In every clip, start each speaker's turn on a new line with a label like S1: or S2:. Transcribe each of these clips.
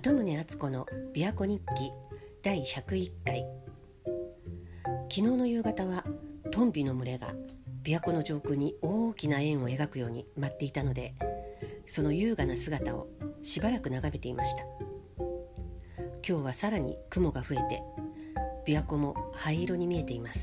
S1: 鳩宗敦子の琵琶湖日記第101回。昨日の夕方はトンビの群れが琵琶湖の上空に大きな円を描くように舞っていたので、その優雅な姿をしばらく眺めていました。今日はさらに雲が増えて琵琶湖も灰色に見えています。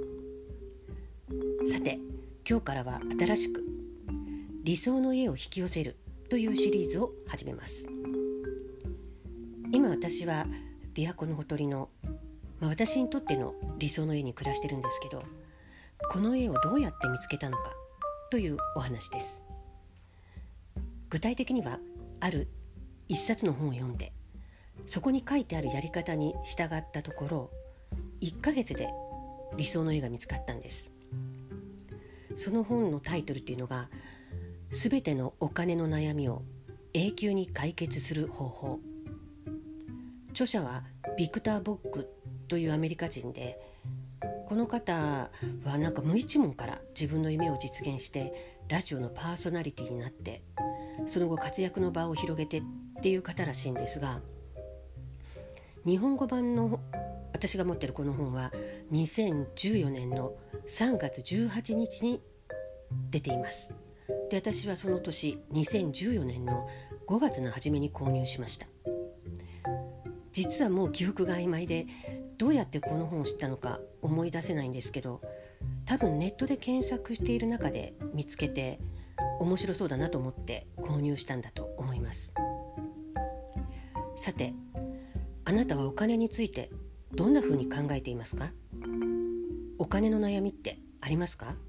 S1: さて、今日からは新しく理想の家を引き寄せるというシリーズを始めます。今私は琵琶湖のほとりの、私にとっての理想の家に暮らしてるんですけど、この家をどうやって見つけたのかというお話です。具体的にはある一冊の本を読んで、そこに書いてあるやり方に従ったところ、1ヶ月で理想の家が見つかったんです。その本のタイトルっていうのが、すべてのお金の悩みを永久に解決する方法。著者はビクター・ボックというアメリカ人で、この方は無一文から自分の夢を実現してラジオのパーソナリティになって、その後活躍の場を広げてっていう方らしいんですが、日本語版の私が持っているこの本は2014年の3月18日に出ています。で、私はその年2014年の5月の初めに購入しました。実はもう記憶が曖昧で、どうやってこの本を知ったのか思い出せないんですけど、多分ネットで検索している中で見つけて面白そうだなと思って購入したんだと思います。さて、あなたはお金についてどんなふうに考えていますか？お金の悩みってありますか？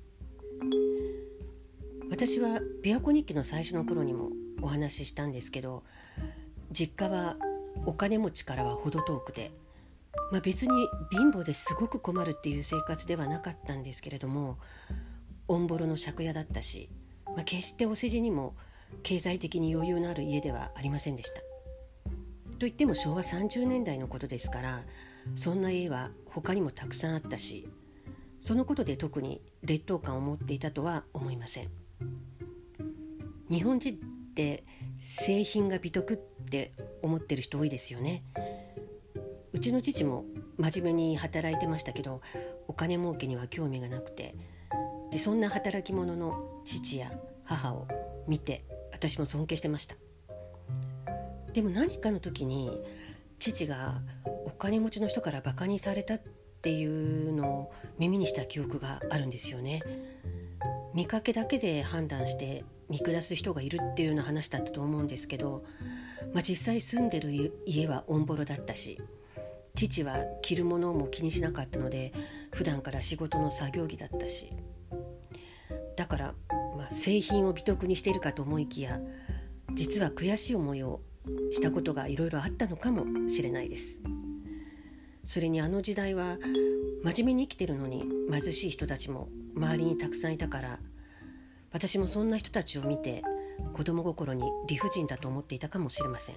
S1: 私は琵琶湖日記の最初の頃にもお話ししたんですけど、実家はお金持ちからは程遠くで、別に貧乏ですごく困るっていう生活ではなかったんですけれども、オンボロの借家だったし、決してお世辞にも経済的に余裕のある家ではありませんでした。といっても昭和30年代のことですから、そんな家は他にもたくさんあったし、そのことで特に劣等感を持っていたとは思いません。日本人って製品が美徳って思ってる人多いですよね。うちの父も真面目に働いてましたけど、お金儲けには興味がなくて、でそんな働き者の父や母を見て私も尊敬してました。でも何かの時に父がお金持ちの人からバカにされたっていうのを耳にした記憶があるんですよね。見かけだけで判断して見下す人がいるっていうような話だったと思うんですけど、実際住んでる家はオンボロだったし、父は着るものも気にしなかったので、普段から仕事の作業着だったし、だから、製品を美徳にしているかと思いきや、実は悔しい思いをしたことがいろいろあったのかもしれないです。それにあの時代は真面目に生きてるのに貧しい人たちも周りにたくさんいたから、私もそんな人たちを見て子供心に理不尽だと思っていたかもしれません。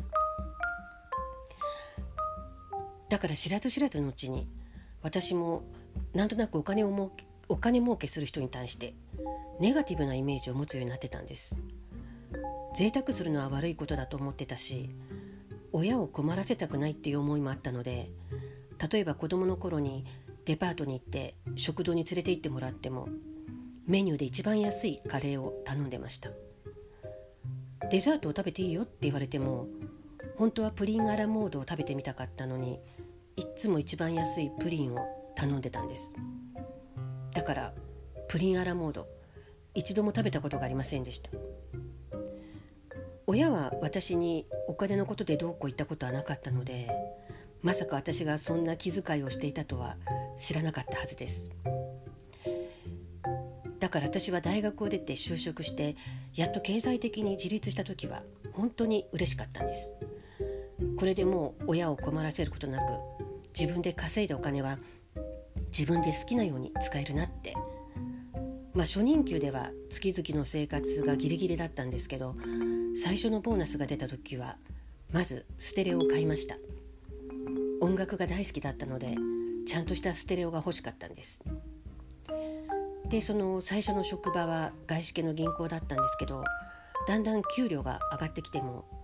S1: だから知らず知らずのうちに、私もなんとなくお金儲けする人に対してネガティブなイメージを持つようになってたんです。贅沢するのは悪いことだと思ってたし、親を困らせたくないっていう思いもあったので、例えば子供の頃にデパートに行って食堂に連れて行ってもらっても、メニューで一番安いカレーを頼んでました。デザートを食べていいよって言われても、本当はプリンアラモードを食べてみたかったのに、いつも一番安いプリンを頼んでたんです。だからプリンアラモード一度も食べたことがありませんでした。親は私にお金のことでどうこう言ったことはなかったので、まさか私がそんな気遣いをしていたとは知らなかったはずです。だから私は大学を出て就職して、やっと経済的に自立した時は本当に嬉しかったんです。これでもう親を困らせることなく、自分で稼いだお金は自分で好きなように使えるなって。初任給では月々の生活がギリギリだったんですけど、最初のボーナスが出た時はまずステレオを買いました。音楽が大好きだったので、ちゃんとしたステレオが欲しかったんです。で、その最初の職場は外資系の銀行だったんですけど、だんだん給料が上がってきても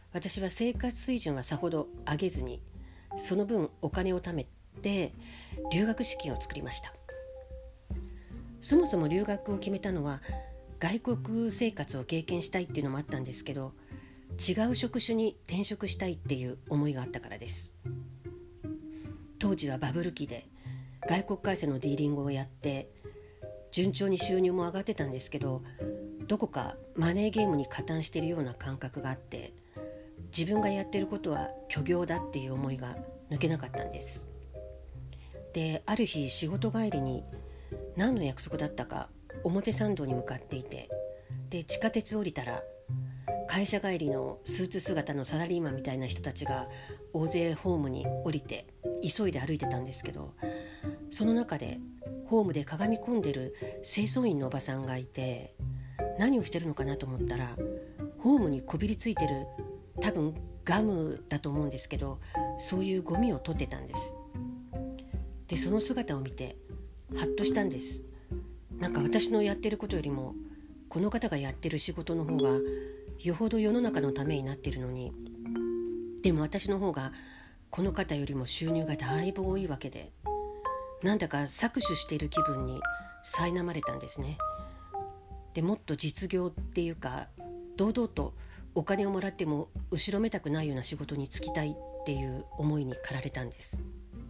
S1: 私は生活水準はさほど上げずに、その分お金を貯めて留学資金を作りました。そもそも留学を決めたのは外国生活を経験したいっていうのもあったんですけど、違う職種に転職したいっていう思いがあったからです。当時はバブル期で外国為替のディーリングをやって順調に収入も上がってたんですけど、どこかマネーゲームに加担しているような感覚があって、自分がやっていることは虚業だっていう思いが抜けなかったんです。で、ある日仕事帰りに何の約束だったか表参道に向かっていて、で地下鉄降りたら会社帰りのスーツ姿のサラリーマンみたいな人たちが大勢ホームに降りて急いで歩いてたんですけど、その中でホームでかがみ込んでる清掃員のおばさんがいて、何をしてるのかなと思ったら、ホームにこびりついてる多分ガムだと思うんですけど、そういうゴミを取ってたんです。でその姿を見てハッとしたんです。なんか私のやってることよりもこの方がやってる仕事の方がよほど世の中のためになってるのに、でも私の方がこの方よりも収入がだいぶ多いわけで、なんだか搾取している気分に苛まれたんですね。でもっと実業っていうか、堂々とお金をもらっても後ろめたくないような仕事に就きたいっていう思いに駆られたんです。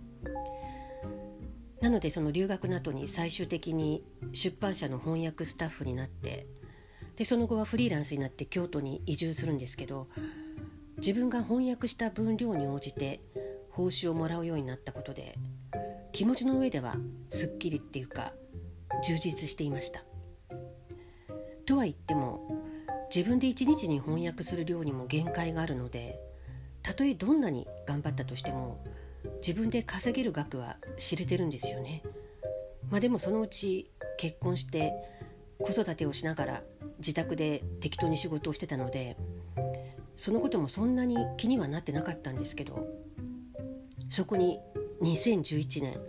S1: なのでその留学の後に最終的に出版社の翻訳スタッフになって、でその後はフリーランスになって京都に移住するんですけど、自分が翻訳した分量に応じて報酬をもらうようになったことで、気持ちの上ではすっきりっていうか充実していました。とは言っても自分で一日に翻訳する量にも限界があるので、たとえどんなに頑張ったとしても自分で稼げる額は知れてるんですよね。でもそのうち結婚して子育てをしながら自宅で適当に仕事をしてたので、そのこともそんなに気にはなってなかったんですけど、そこに2011年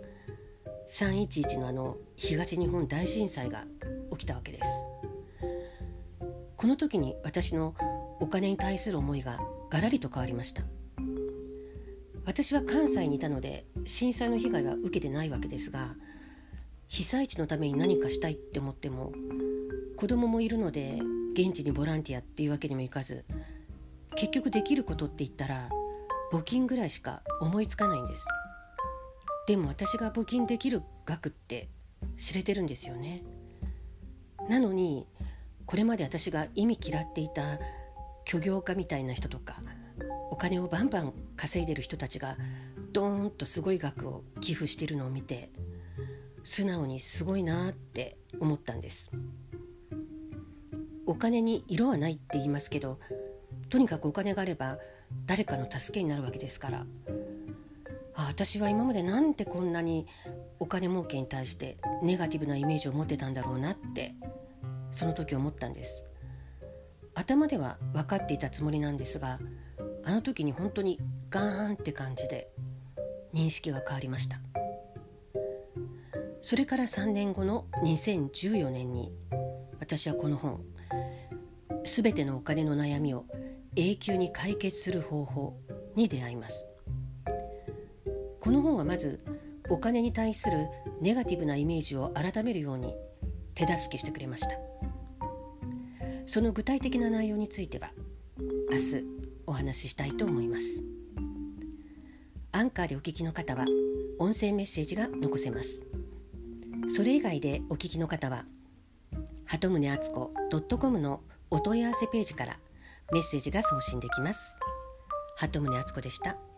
S1: 311の東日本大震災が起きたわけです。この時に私のお金に対する思いがガラリと変わりました。私は関西にいたので震災の被害は受けてないわけですが、被災地のために何かしたいって思っても、子供もいるので現地にボランティアっていうわけにもいかず、結局できることって言ったら募金ぐらいしか思いつかないんです。でも私が募金できる額って知れてるんですよね。なのにこれまで私が意味嫌っていた虚業家みたいな人とか、お金をバンバン稼いでる人たちがドーンとすごい額を寄付しているのを見て、素直にすごいなって思ったんです。お金に色はないって言いますけど、とにかくお金があれば誰かの助けになるわけですから、私は今までなんてこんなにお金儲けに対してネガティブなイメージを持ってたんだろうなってその時思ったんです。頭では分かっていたつもりなんですが、あの時に本当にガーンって感じで認識が変わりました。それから3年後の2014年に私はこの本、すべてのお金の悩みを永久に解決する方法に出会います。この本はまずお金に対するネガティブなイメージを改めるように手助けしてくれました。その具体的な内容については明日お話ししたいと思います。アンカーでお聞きの方は音声メッセージが残せます。それ以外でお聞きの方は鳩宗敦子 .com のお問い合わせページからメッセージが送信できます。鳩宗敦子でした。